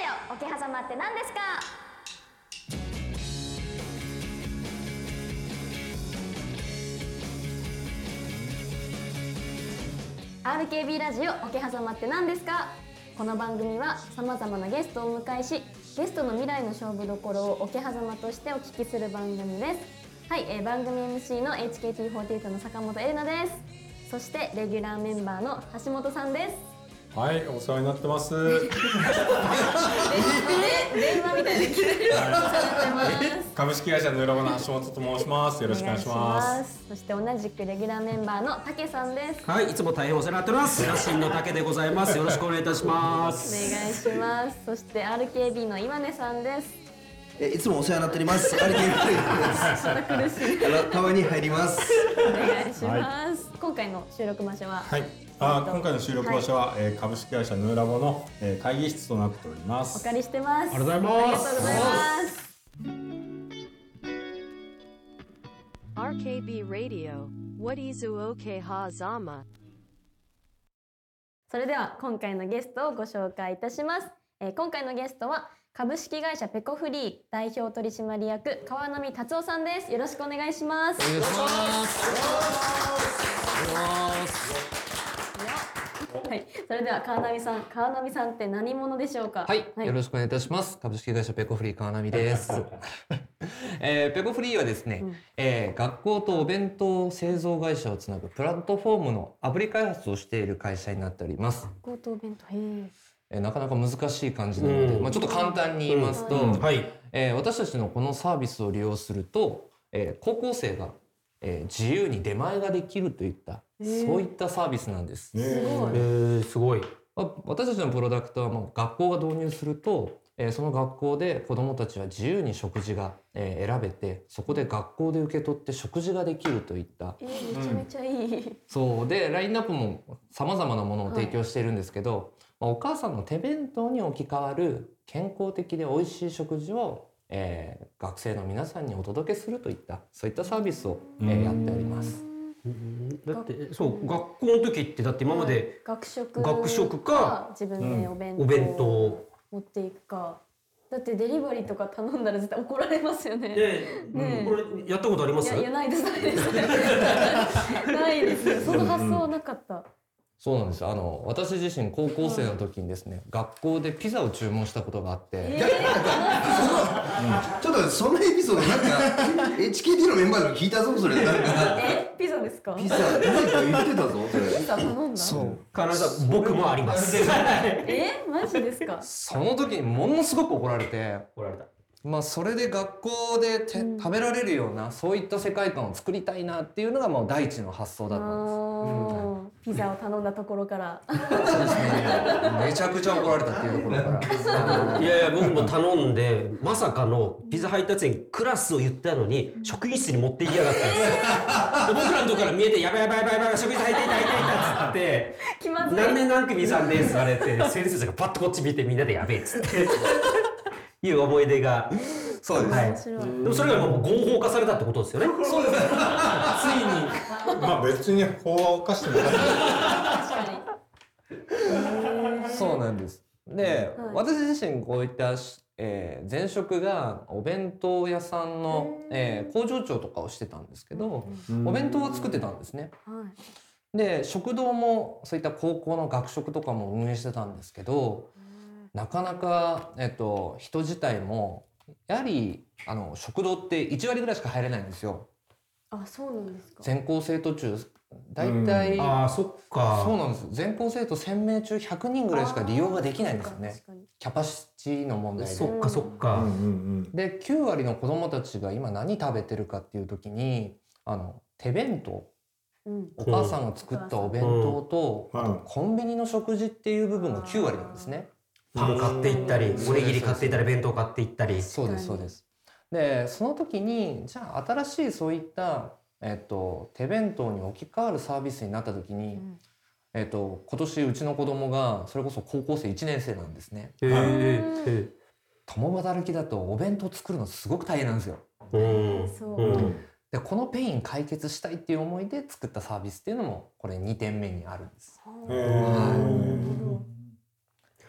オ桶狭間って何ですか？RKB ラジオ桶狭間って何ですか？この番組はさまざまなゲストをお迎えし、ゲストの未来の勝負どころを桶狭間としてお聞きする番組です。はい、番組 MC の HKT48 の坂本エレナです。そしてレギュラーメンバーの橋本さんです。 はい、お世話になってます。 電話みたいな。 株式会社ヌーラボの橋本と申します。よろしくお願いします。 そして同じくレギュラーメンバーの竹さんです。 はい、いつも大変お世話になっております。野心の竹でございます。よろしくお願いいたします。 お願いします。そして RKB の岩根さんです。 いつもお世話になっております。RKB です。たまに入ります。 お願いします。今回の収録場所は。 はい。今回の収録場所は、株式会社ヌーラボの、会議室となっております。 お借りしてます。 ありがとうございます。 ありがとうございます。 RKB Radio What is OK Hazama。 それでは今回のゲストをご紹介いたします。今回のゲストは株式会社ペコフリー代表取締役川波達夫さんです。よろしくお願いします。 お願いします。 はい、それでは川波さんって何者でしょうか？ はい、よろしくお願いいたします。株式会社ペコフリー川波です。ペコフリーはですね、学校とお弁当製造会社をつなぐプラットフォームのアプリ開発をしている会社になっております。 学校とお弁当、 なかなか難しい感じなので、ちょっと簡単に言いますと、私たちのこのサービスを利用すると、高校生が自由に出前ができるといった、そういったサービスなんです。 すごい。 私たちのプロダクトはもう学校が導入すると、その学校で子どもたちは自由に食事が、選べて、そこで学校で受け取って食事ができるといった、 めちゃめちゃいい。 そうでラインナップも様々なものを提供しているんですけど、お母さんの手弁当に置き換わる健康的で美味しい食事を学生の皆さんにお届けするといったそういったサービスを、やっております。 だってそう学校の時ってだって今まで学食か自分でお弁当を持っていくか、だってデリバリーとか頼んだら絶対怒られますよね。 これやったことあります？ いやないですないです。その発想はなかった。 そうなんです。私自身高校生の時にですね、学校でピザを注文したことがあって。 ちょっとそんなエピソードなんか、HKT のメンバーでも聞いたぞ、それ。 ピザですか？ ピザ、誰か言ってたぞ、それ。 ピザ頼んだ？ そう。 彼女は僕もあります。 マジですか？ その時にものすごく怒られて。 怒られた。 それで学校で食べられるような、そういった世界観を作りたいなっていうのがもう第一の発想だったんです。 ピザを頼んだところから。 そうですね。めちゃくちゃ怒られたっていうところから。 いや僕も頼んで、まさかのピザ配達員クラスを言ったのに、職員室に持って行きやがったんですよ。僕らのとこから見えて、やばい、職員室入っていたっつって、何年何組さんです言われて、先生がパッとこっち見てみんなでやべえっつって。いう思い出が。 そうです。 でもそれがもう合法化されたってことですよね。 そうです。ついに。別に法は犯してもない。 確かに。そうなんです。で、私自身こういった、前職がお弁当屋さんの、工場長とかをしてたんですけど、お弁当を作ってたんですね。で、食堂もそういった高校の学食とかも運営してたんですけど、なかなか、人自体も、やはり、食堂って1割ぐらいしか入れないんですよ。 あ、そうなんですか。 全校生徒中、だいたい、 そっか。 そうなんです。全校生徒1000名中100人ぐらいしか利用ができないんですよね。キャパシティの問題で。 そっか。 で、9割の子供たちが今何食べてるかっていう時に、手弁当。お母さんが作ったお弁当と、あとコンビニの食事っていう部分が9割なんですね。 パン買っていったり、おにぎり買っていったり、弁当買っていったり。 そうです。で、その時に、じゃあ新しいそういった、手弁当に置き換わるサービスになった時に、今年うちの子供が、それこそ高校生1年生なんですね。共働きだとお弁当作るのすごく大変なんですよ。で、このペイン解決したいっていう思いで作ったサービスっていうのも、これ2点目にあるんです。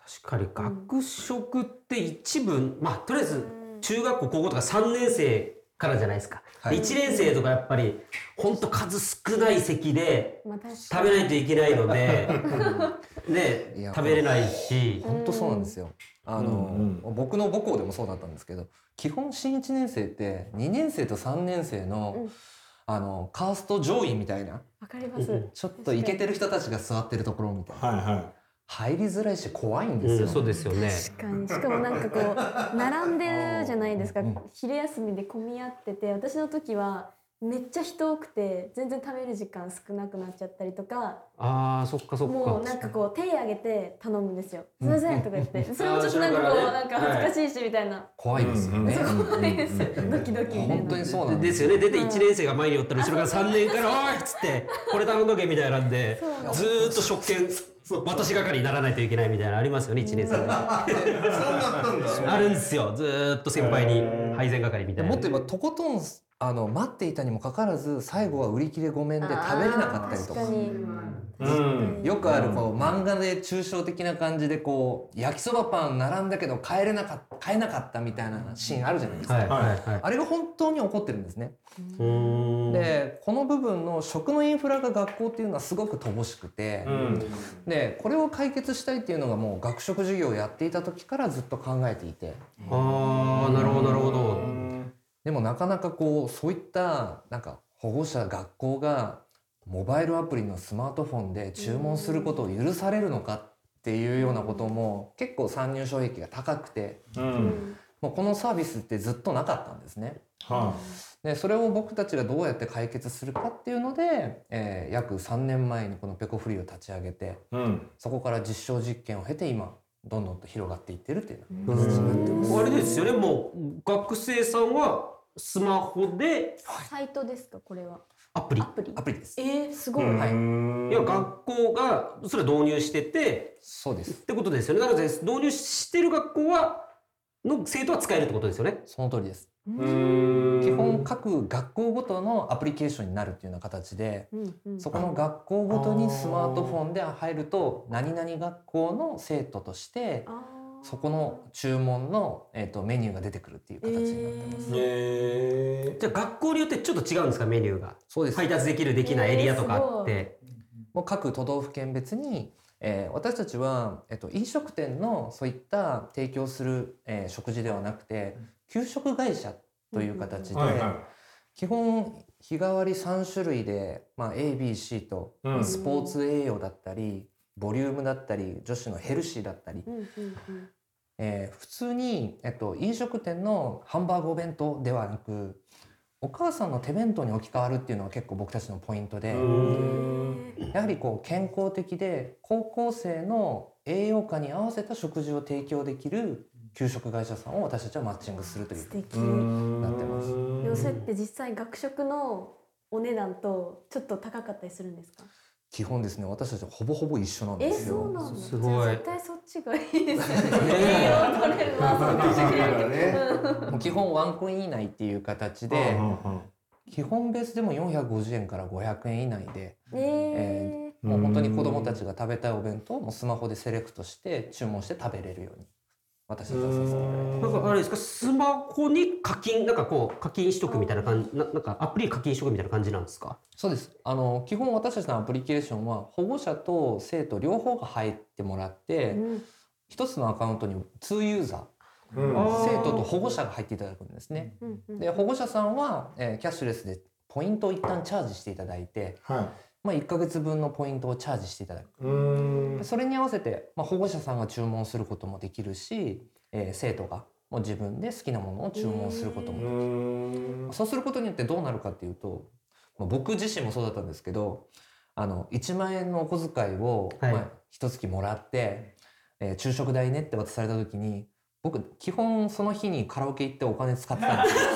確かに学食って一部まあとりあえず中学校高校とか3年生からじゃないですか、 はい、 1年生とかやっぱりほんと数少ない席でまあ確かに食べないといけないのでねいや食べれないし本当そうなんですよ。僕の母校でもそうだったんですけど、基本新1年生って2年生と3年生の、カースト上位みたいな、 わかります。 ちょっとイケてる人たちが座ってるところみたいな、 はいはい。 入りづらいし怖いんですよ、 そうですよね。 確かに。しかもなんかこう並んでるじゃないですか。昼休みで混み合ってて、私の時はめっちゃ人多くて全然食べる時間少なくなっちゃったりとか。 ああそっかそっか。 もうなんかこう手挙げて頼むんですよ。すいませんとか言って、それもちょっとなんかこうなんか恥ずかしいしみたいな。 怖いですよね。 怖いですよ。ドキドキみたいな。 本当にそうなんですよね。出て1年生が前に寄ったら後ろから3年から「おい!」っつって「これ頼んどけ」みたいなんでずーっと食券私係にならないといけないみたいなのありますよね1年生で。あるんですよ。ずーっと先輩に配膳係みたいな。 もっと言えばとことん待っていたにもかかわらず最後は売り切れごめんで食べれなかったりとか。よくあるこう漫画で抽象的な感じでこう焼きそばパン並んだけど買えなかったみたいなシーンあるじゃないですか、あれが本当に起こってるんですね。でこの部分の食のインフラが学校っていうのはすごく乏しくて、でこれを解決したいっていうのがもう学食授業をやっていた時からずっと考えていて、 ああなるほどなるほど。 でもなかなかこうそういったなんか保護者学校がモバイルアプリのスマートフォンで注文することを許されるのかっていうようなことも結構参入障壁が高くて、もうこのサービスってずっとなかったんですね。でそれを僕たちがどうやって解決するかっていうので、約3年前にこのペコフリーを立ち上げて、そこから実証実験を経て今どんどんと広がっていってるっていうような形になってます。 あれですよね、もう学生さんはスマホでサイトですかこれは。 アプリです。 すごい。 はい。 いや学校がそれ導入してて、 そうです。 ってことですよね。だから導入してる学校はの生徒は使えるってことですよね。 その通りです。基本各学校ごとのアプリケーションになるっていうような形で、そこの学校ごとにスマートフォンで入ると何々学校の生徒としてそこの注文の、メニューが出てくるっていう形になってます。 じゃあ学校によってちょっと違うんですかメニューが。 そうです。 配達できるできないエリアとかあって、 もう各都道府県別に、私たちは、飲食店のそういった提供する、食事ではなくて給食会社という形で、基本日替わり3種類で、ABC と、スポーツ栄養だったりボリュームだったり女子のヘルシーだったり、普通に、飲食店のハンバーグお弁当ではなくお母さんの手弁当に置き換わるっていうのは結構僕たちのポイントで、やはりこう健康的で高校生の栄養価に合わせた食事を提供できる給食会社さんを私たちはマッチングするという素敵なってます。 でもそれって実際学食のお値段とちょっと高かったりするんですか？ 基本ですね、私たちはほぼほぼ一緒なんですよ。 そうなんだ。 すごい。 絶対そっちがいいですよね。栄養取れるな、そっちが。 もう基本ワンコイン以内っていう形で、基本ベースでも450円から500円以内で、もう本当に子どもたちが食べたいお弁当をもうスマホでセレクトして注文して食べれるように私たちはさせてもらいます。 なんかあれですか、スマホに課金なんかこう課金しとくみたいな感じ、なんかアプリ課金しとくみたいな感じなんですか？ そうです。基本私たちのアプリケーションは保護者と生徒両方が入ってもらって、一つのアカウントに2ユーザー、生徒と保護者が入っていただくんですね。で保護者さんは、キャッシュレスでポイントを一旦チャージしていただいて、1ヶ月分のポイントをチャージしていただく。それに合わせて、保護者さんが注文することもできるし、生徒がもう自分で好きなものを注文することもできる。そうすることによってどうなるかっていうと、僕自身もそうだったんですけど、1万円のお小遣いを、一月もらって、昼食代ねって渡された時に、僕基本その日にカラオケ行ってお金使ってたんですよ。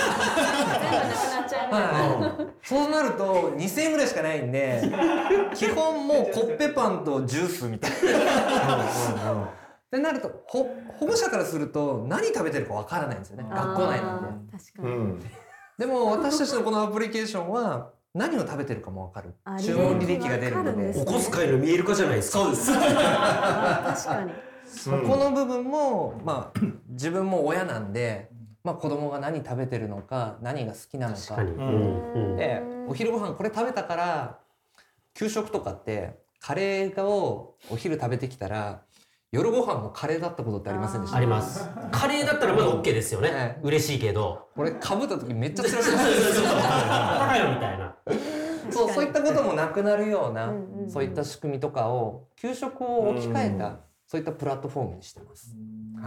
そうなると2000円ぐらいしかないんで、基本もうコッペパンとジュースみたいな。ってなると保護者からすると何食べてるかわからないんですよね、学校内なんで。 確かに。 でも私たちのこのアプリケーションは何を食べてるかもわかる。注文履歴が出るので。 お小遣いの見える化じゃないですか。 そうです。 確かに。 そこの部分も、まあ、自分も親なんで、まあ、子供が何食べてるのか何が好きなのかで、お昼ご飯これ食べたから、給食とかってカレーをお昼食べてきたら夜ご飯もカレーだったことってありませんでした？ あります。カレーだったらまだ OK ですよね。嬉しいけど。 これかぶった時めっちゃ辛い高いよみたいな。 そういったこともなくなるような、そういった仕組みとかを給食を置き換えた、そういったプラットフォームにしてます。はい。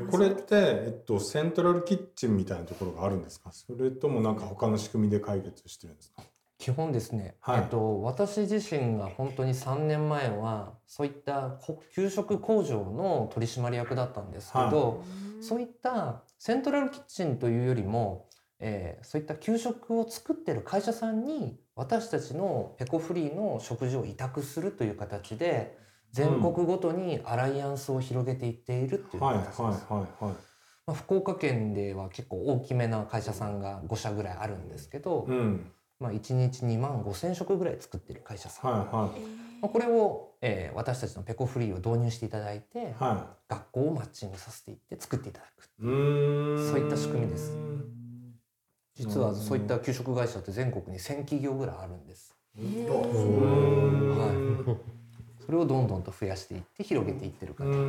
これって、セントラルキッチンみたいなところがあるんですか？それともなんか他の仕組みで解決してるんですか？ 基本ですね、 はい、 私自身が本当に3年前はそういった給食工場の取締役だったんですけど、そういったセントラルキッチンというよりも、そういった給食を作ってる会社さんに私たちのペコフリーの食事を委託するという形で全国ごとにアライアンスを広げていっているという形です。福岡県では結構大きめな会社さんが5社ぐらいあるんですけど、まあ、1日2万5,000食ぐらい作ってる会社さん、これを、私たちのペコフリーを導入していただいて、学校をマッチングさせていって作っていただく、そういった仕組みです。実はそういった給食会社って全国に1,000企業ぐらいあるんです。それをどんどんと増やしていって広げていってる感じです。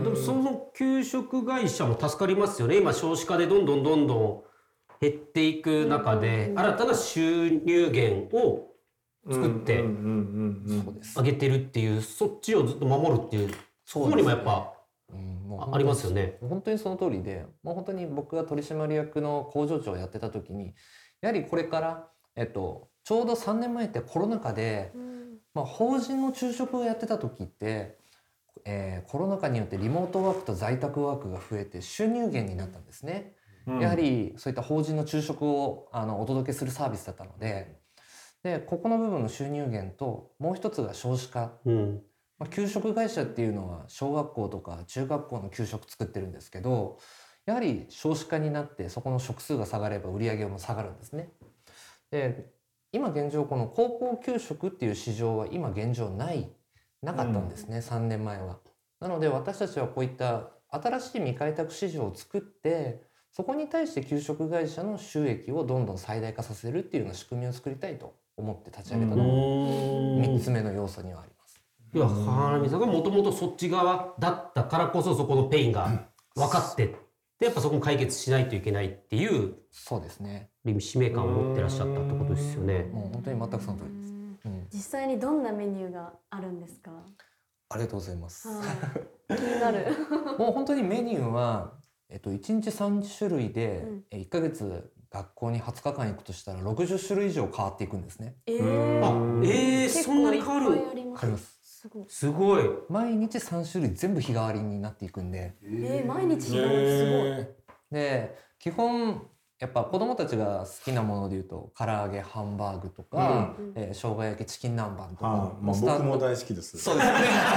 でもその給食会社も助かりますよね。今少子化でどんどん減っていく中で新たな収入源を作ってあげてるっていう、そっちをずっと守るっていう、そこにもやっぱありますよね。 本当にその通りで、もう本当に僕が取締役の工場長をやってた時に、やはりこれから、ちょうど3年前ってコロナ禍で、法人の昼食をやってた時って、コロナ禍によってリモートワークと在宅ワークが増えて収入源になったんですね。やはりそういった法人の昼食をお届けするサービスだったので、ここの部分の収入源ともう一つが少子化、給食会社っていうのは小学校とか中学校の給食作ってるんですけど、やはり少子化になってそこの食数が下がれば売り上げも下がるんですね。で、今現状この高校給食っていう市場は今現状なかったんですね、3年前は。なので私たちはこういった新しい未開拓市場を作って、そこに対して給食会社の収益をどんどん最大化させるっていうような仕組みを作りたいと思って立ち上げたのが3つ目の要素にはあります。 いや、花見さんがもともとそっち側だったからこそ、そこのペインが分かってで、やっぱそこも解決しないといけないっていう、 そうですね、 使命感を持ってらっしゃったってことですよね。 もう本当に全くその通りです。 実際にどんなメニューがあるんですか？ ありがとうございます。 気になる。 もう本当にメニューは1日3種類で、1ヶ月学校に20日間行くとしたら60種類以上変わっていくんですね。 そんなに変わる？ 変わります。 すごい。 毎日3種類全部日替わりになっていくんで。 毎日日替わり、すごい。 で、基本やっぱ子供たちが好きなものでいうと唐揚げ、ハンバーグとか、生姜焼き、チキン南蛮とか、 僕も大好きです。 そうですね。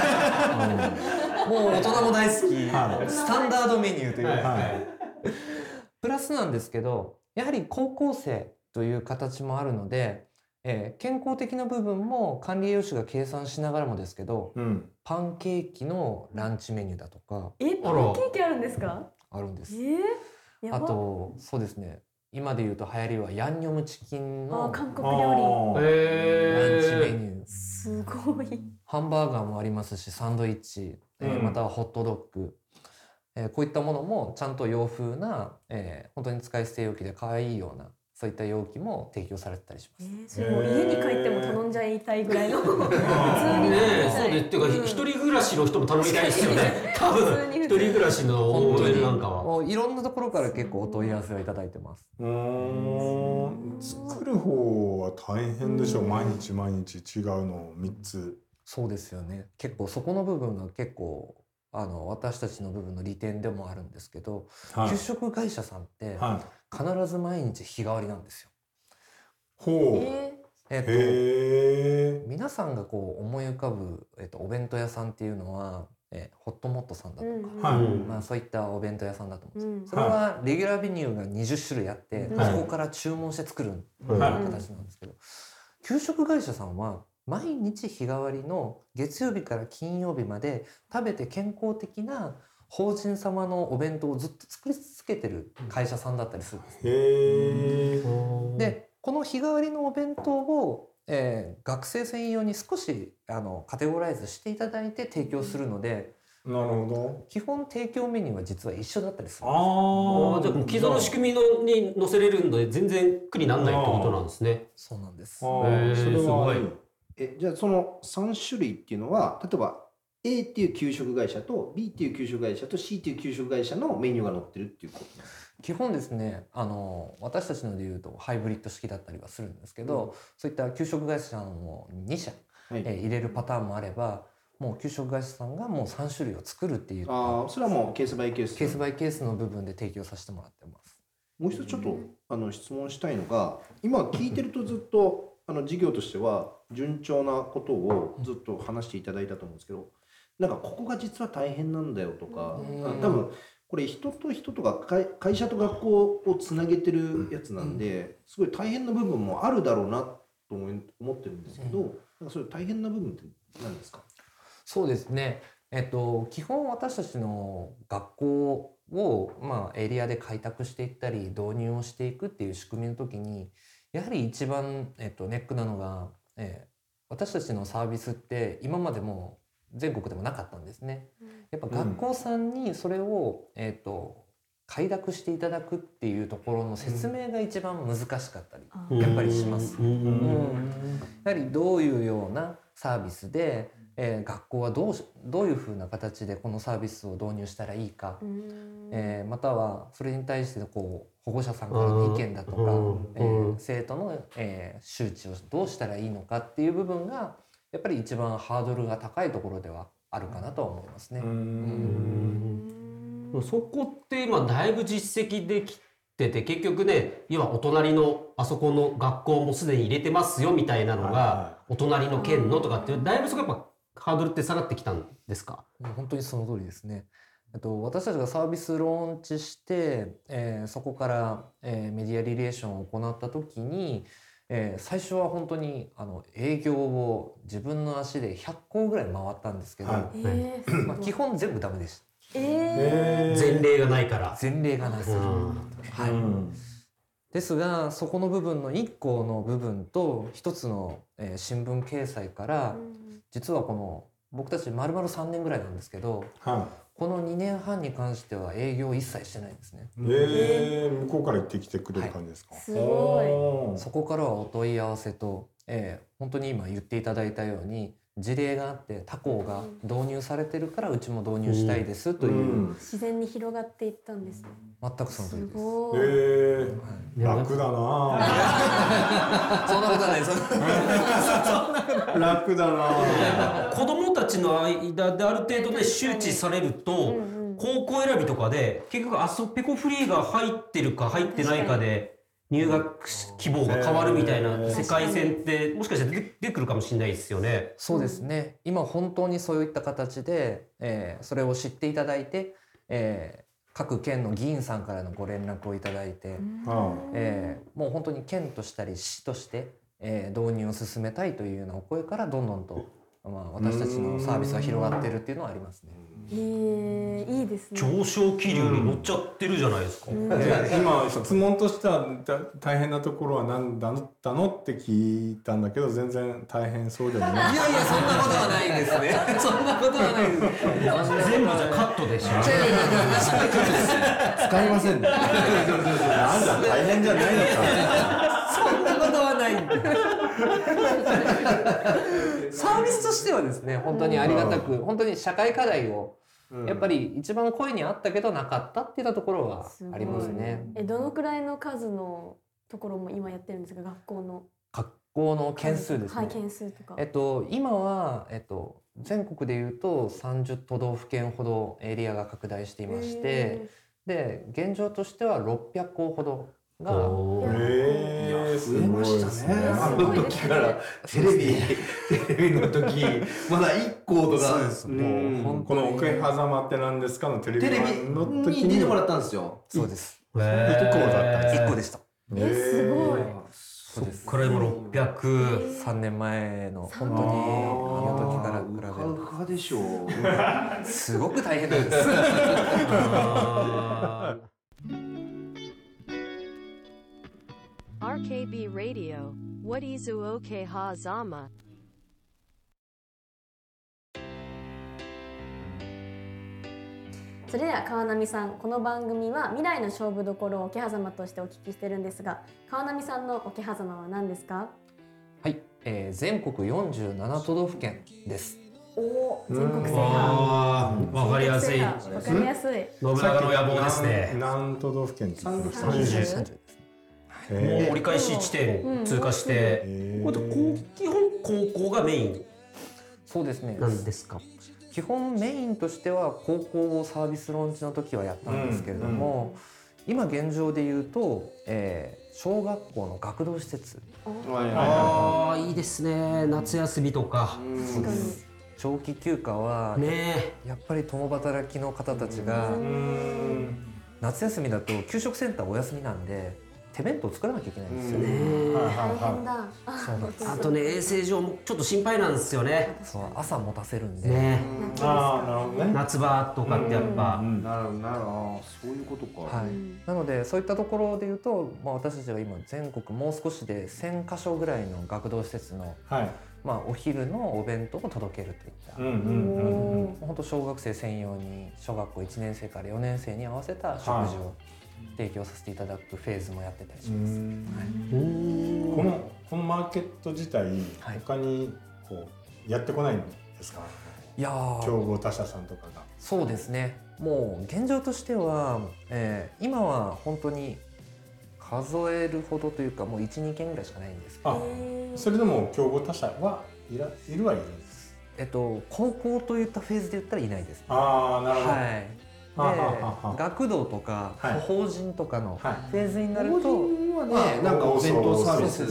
もう大人も大好き、スタンダードメニューというか、プラスなんですけど、やはり高校生という形もあるので、健康的な部分も管理栄養士が計算しながらもですけど、パンケーキのランチメニューだとか、 パンケーキあるんですか？ あるんです。あとそうですね、今で言うと流行りはヤンニョムチキンの韓国料理ランチメニュー、 すごい。 ハンバーガーもありますし、サンドイッチ、またはホットドッグ、こういったものもちゃんと洋風な、本当に使い捨て容器で可愛いようなそういった容器も提供されてたりします。 それも家に帰っても頼んじゃいたいぐらいの普通にそうで、っていうか一人暮らしの人も頼みたいですよね。多分一人暮らしの本当になんかはもういろんなところから結構お問い合わせをいただいてます。 作る方は大変でしょう。毎日違うの3つ。 そうですよね。結構そこの部分が結構私たちの部分の利点でもあるんですけど、給食会社さんって必ず毎日日替わりなんですよ。皆さんがこう思い浮かぶ、お弁当屋さんっていうのは、ホットモットさんだとか、そういったお弁当屋さんだと思うんです。それはレギュラーメニューが20種類あって、そこから注文して作るような形なんですけど、給食会社さんは毎日日替わりの月曜日から金曜日まで食べて健康的な法人様のお弁当をずっと作り続けてる会社さんだったりするんです。 へでこの日替わりのお弁当を、学生専用に少しカテゴライズしていただいて提供するので、 なるほど。 基本提供メニューは実は一緒だったりするんです。 じゃあ既存の仕組みに載せれるので全然苦にならないってことなんですね。 そうなんです。 それすごい。 じゃあその3種類っていうのは例えば A っていう給食会社と B っていう給食会社と C っていう給食会社のメニューが載ってるっていうことなんですか？ 基本ですね、私たちのでいうとハイブリッド式だったりはするんですけど、そういった給食会社の2社、入れるパターンもあれば、もう給食会社さんがもう3種類を作るっていう、 それはもうケースバイケースケースバイケースの部分で提供させてもらってます。 もう一つちょっと質問したいのが、今聞いてるとずっと事業としては順調なことをずっと話していただいたと思うんですけど、なんかここが実は大変なんだよとか、多分これ人と人とか会社と学校をつなげてるやつなんで、すごい大変な部分もあるだろうなと思ってるんですけど、なんかそういう大変な部分って何ですか？ そうですね。基本私たちの学校を、エリアで開拓していったり導入をしていくっていう仕組みの時に、やはり一番、ネックなのが、私たちのサービスって今までも全国でもなかったんですね。やっぱ学校さんにそれを、快諾していただくっていうところの説明が一番難しかったり、やっぱりします。やはりどういうようなサービスで、学校はどういうふうな形でこのサービスを導入したらいいか、またはそれに対して保護者さんからの意見だとか、生徒の、周知をどうしたらいいのかっていう部分がやっぱり一番ハードルが高いところではあるかなと思いますね。 そこって今だいぶ実績できてて、結局ね、今お隣のあそこの学校もすでに入れてますよみたいなのが、お隣の県のとかってだいぶそこやっぱハードルって下がってきたんですか？ 本当にその通りですね。私たちがサービスローンチして、そこから、メディアリレーションを行った時に、最初は本当に営業を自分の足で100校ぐらい回ったんですけど、基本全部ダメでした。 前例がないから。 前例がないです。ですがそこの部分の1校の部分と1つの、新聞掲載から、実はこの僕たち丸々3年ぐらいなんですけど、この2年半に関しては営業一切してないんですね。 向こうから行ってきてくれる感じですか？ すごい。 そこからはお問い合わせと、本当に今言っていただいたように事例があって他校が導入されてるからうちも導入したいですという、 自然に広がっていったんですね。 全くその通りです。 すごい。 楽だな。 そんなことはないです。 楽だな。 子供たちの間である程度で周知されると、高校選びとかで結局ペコフリーが入ってるか入ってないかで入学希望が変わるみたいな世界線ってもしかしたら出てくるかもしれないですよね。 そうですね。今本当にそういった形で、それを知っていただいて、各県の議員さんからのご連絡をいただいて、もう本当に県としたり市として、導入を進めたいというようなお声からどんどんと、私たちのサービスが広がっているっていうのはありますね。 いいですね。 上昇気流に乗っちゃってるじゃないですか。 今質問としては大変なところは何だったのって聞いたんだけど、全然大変そうでもない。 いやいや、そんなことはないですね。そんなことはないです。 全部じゃカットでしょ。 使いませんね。 なんだ大変じゃないのか。 そんなことはない。サービスとしてはですね、本当にありがたく、本当に社会課題をやっぱり一番声にあったけどなかったっていったところはありますね。 どのくらいの数のところも今やってるんですか？学校の件数ですね。 はい、件数とか。 今は全国でいうと30都道府県ほどエリアが拡大していまして、で現状としては600校ほどが増えましたね。あの時からテレビの時まだ1校とか、 この桶狭間って何ですかのテレビの時に出てもらったんですよ。 そうです。 1校だったんです。 1校でした。 すごい。 そうですこれも600。 3年前の本当にあの時から比べるうかでしょう。 とすごく大変なんです。 RKB Radio, What Izu OK Hazama. それでは川波さん、この番組は未来の勝負どころを桶狭間としてお聞きしてるんですが、川波さんの桶狭間は何ですか？ はい、全国47都道府県です。 おお、全国制覇。 わかりやすい。 わかりやすい。 信長の野望ですね。 何都道府県って言ってました 30。 30 もう折り返し地点通過して、これ基本高校がメインそうですね。 なんですか？ 基本メインとしては高校をサービスローンチの時はやったんですけれども、今現状で言うと、小学校の学童施設、 ああいいですね。夏休みとか長期休暇はね、 やっぱり共働きの方たちが夏休みだと給食センターお休みなんで手弁当作らなきゃいけないんですよね。 大変だ。 そうなんです。 あとね衛生上もちょっと心配なんですよね。 そう朝持たせるんで、 ね、 ああなるほどね。 夏場とかってやっぱなるほどそういうことか。 はい。なのでそういったところで言うと、私たちが今全国もう少しで1000カ所ぐらいの学童施設の、お昼のお弁当を届けるといった、本当小学生専用に小学校1年生から4年生に合わせた食事を提供させていただくフェーズもやってたりします。 このマーケット自体、他にこうやってこないんですか？ いや競合他社さんとかが。 そうですね。もう現状としては、今は本当に数えるほどというかもう 1,2 件ぐらいしかないんですけど、 それでも競合他社はいるはいるんです。 高校といったフェーズで言ったらいないです、ね。 ああなるほど。 で学童とか法人とかのフェーズになると、 なんかお弁当サービス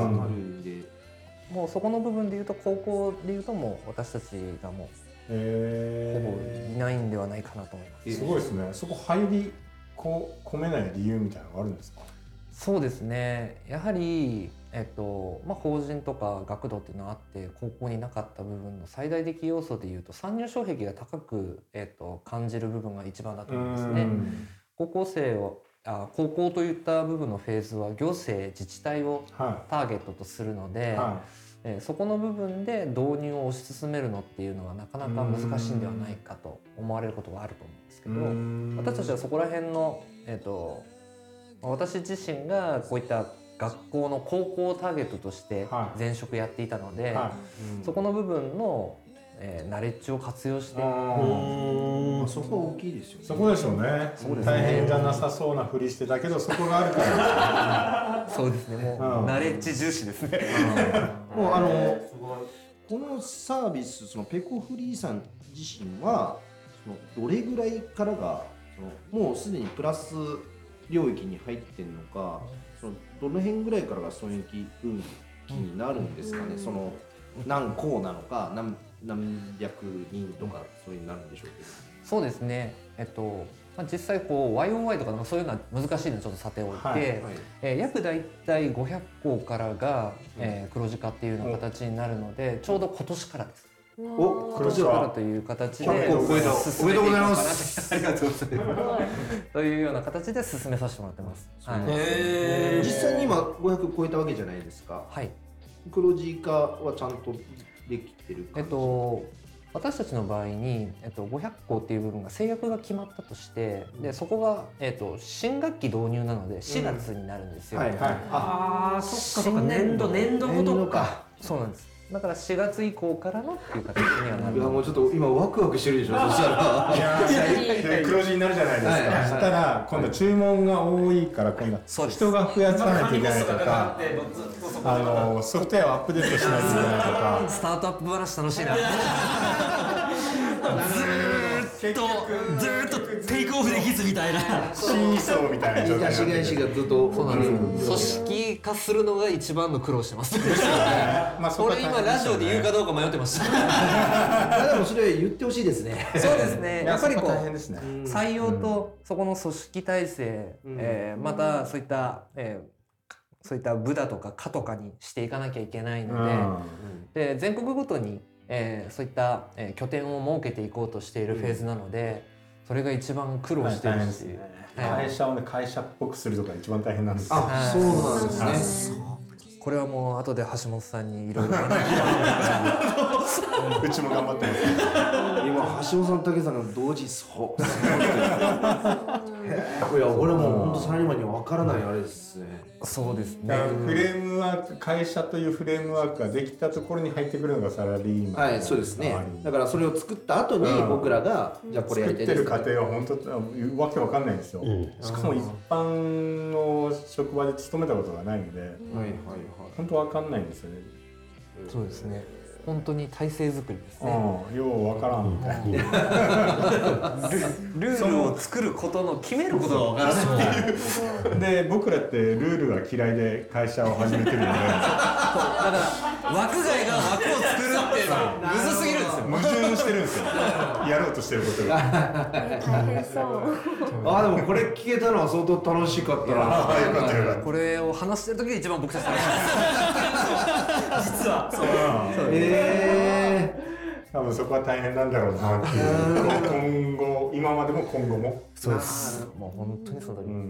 もうそこの部分で言うと高校で言うともう私たちがもうほぼいないんではないかなと思います。 すごいですね。そこ入り込めない理由みたいなのがあるんですか？ そうですね。やはり法人とか学童っていうのはあって高校になかった部分の最大的要素でいうと参入障壁が高く、感じる部分が一番だと思うんですね。高校といった部分のフェーズは行政自治体をターゲットとするので、そこの部分で導入を推し進めるのっていうのはなかなか難しいんではないかと思われることがあると思うんですけど、私たちはそこら辺の、私自身がこういった学校の高校をターゲットとして前職やっていたので、そこの部分の、ナレッジを活用して、 そこは大きいですよね。 そこでしょうね。大変じゃなさそうなふりしてたけどそこがあるから。 そうですね。もうナレッジ重視ですね。 もうこのサービスそのペコフリーさん自身はどれぐらいからがもうすでにプラス領域に入ってるのか、どの辺ぐらいからが損益分岐になるんですかね。その何校なのか何百人とかそういうなるんでしょうけど。 そうですね。実際YOY とかそういうのは難しいのでちょっとさておいて、約だいたい500校からが、黒字化っていうような形になるので、ちょうど今年からです。黒字化という形でおめでとうございます。 ありがとうございますというような形で進めさせてもらってます。 実際に今500超えたわけじゃないですか。黒字化はちゃんとできてる感じ。 私たちの場合に、500校っていう部分が制約が決まったとして、でそこが、新学期導入なので4月になるんですよ。 ああ、そっかそっか、年度ごとか。 そうなんです。だから4月以降からのっていう形にはなる。 いやもうちょっと今ワクワクしてるでしょ。そしたら黒字になるじゃないですか。そしたら今度注文が多いから今度人が増やさないといけないとか、ソフトウェアをアップデートしないといけないとか。 スタートアップ話楽しいな。 ずーっとテイクオフできずみたいなシーソーみたいな状態東返しがずっと。 そうなんです。組織化するのが一番の苦労してます。これ今ラジオで言うかどうか迷ってました。 でもそれ言ってほしいですね。 そうですね。やっぱり採用とそこの組織体制、またそういったそういった部だとか課とかにしていかなきゃいけないので、で全国ごとに、そういった、拠点を設けていこうとしているフェーズなので、それが一番苦労してるし、 会社をね会社っぽくするとか一番大変なんですよ。 そうなんですね。 これはもう後で橋本さんにいろいろうちも頑張ってます。 今橋本さん、武さんが同時そういや俺も本当サラリーマンには分からないあれですね。 そうですね。 フレームワーク、会社というフレームワークができたところに入ってくるのがサラリーマン。 はい、そうですね。だからそれを作った後に僕らが、じゃあこれやりたいですか、 作ってる過程は本当わけわかんないんですよ。しかも一般の職場で勤めたことがないので、本当わかんないんですよね。 そうですね。本当に体制作りですね。 ようわからんみたいな。 ルールを作ることの決めることがわからないっていう。 で僕らってルールが嫌いで会社を始めてるので、だから枠外が枠を作るっていうのはむずすぎるんですよ。 矛盾してるんですよ。やろうとしてることが。 大変そう。 でもこれ聞けたのは相当楽しかったな。 これを話してる時が一番僕たち楽しい。実はそう。 多分そこは大変なんだろうなっていう。今後、今までも今後も。 そうです。もう本当にその通り。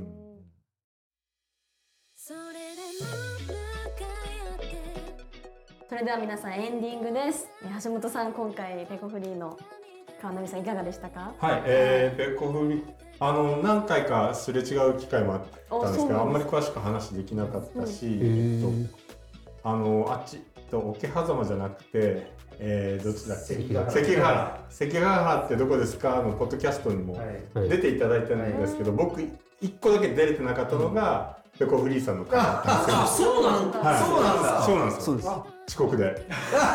それでは皆さんエンディングです。橋本さん、今回ペコフリーの川波さんいかがでしたか？ はい、ペコフリー何回かすれ違う機会もあったんですけど、あんまり詳しく話できなかったし、あっちと桶狭間じゃなくて、どっちだっけ？関ヶ原ってどこですかのポッドキャストにも出ていただいたんですけど、僕1個だけ出れてなかったのがペコフリーさんの回だったんですよ。 そうなんだ。 そうなんです。そうです。遅刻で。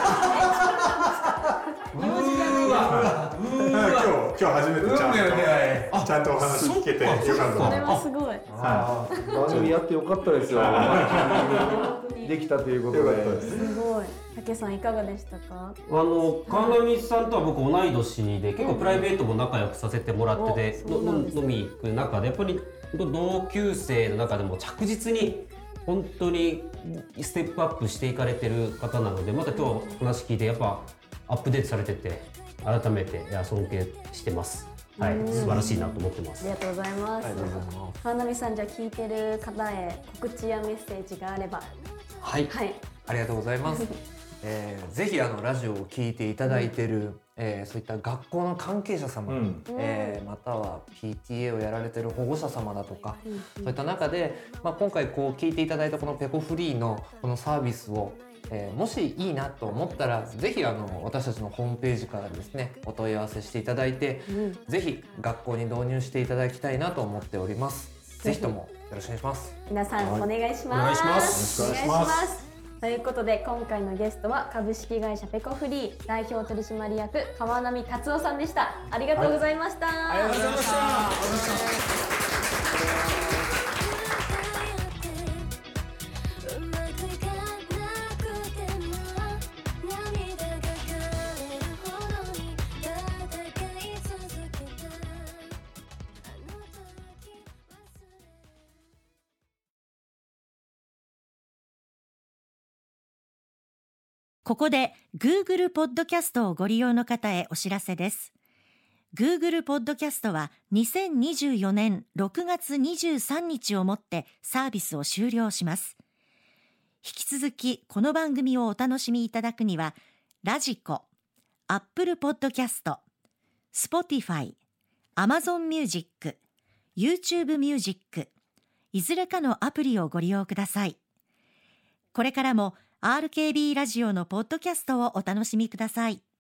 今日初めてちゃんとお話聞けてよかった。 それはすごい。 番組やってよかったですよ。できたということで。 すごい。竹さんいかがでしたか？ 川波さんとは僕同い年で結構プライベートも仲良くさせてもらってて、飲み行く中でやっぱり同級生の中でも着実に本当にステップアップしていかれてる方なので、また今日話聞いてやっぱアップデートされてて改めて尊敬してます。はい、素晴らしいなと思ってます。 ありがとうございます。川波さん、じゃあ聞いてる方へ告知やメッセージがあれば。 はい、ありがとうございます。ぜひラジオを聞いていただいている、そういった学校の関係者様、または PTA をやられている保護者様だとか、そういった中で、今回こう聞いていただいたこのペコフリーのこのサービスを、もしいいなと思ったらぜひ私たちのホームページからですねお問い合わせしていただいて、ぜひ学校に導入していただきたいなと思っております。ぜひともよろしくお願いします。 皆さんお願いします。 お願いします。 お願いします。ということで今回のゲストは株式会社ペコフリー代表取締役川波達夫さんでした。ありがとうございました。 ありがとうございました。 ここで Google ポッドキャストをご利用の方へお知らせです。Google ポッドキャストは2024年6月23日をもってサービスを終了します。引き続きこの番組をお楽しみいただくには、ラジコ、Apple ポッドキャスト、Spotify、Amazon Music、YouTube Music、いずれかのアプリをご利用ください。これからもRKB ラジオのポッドキャストをお楽しみください。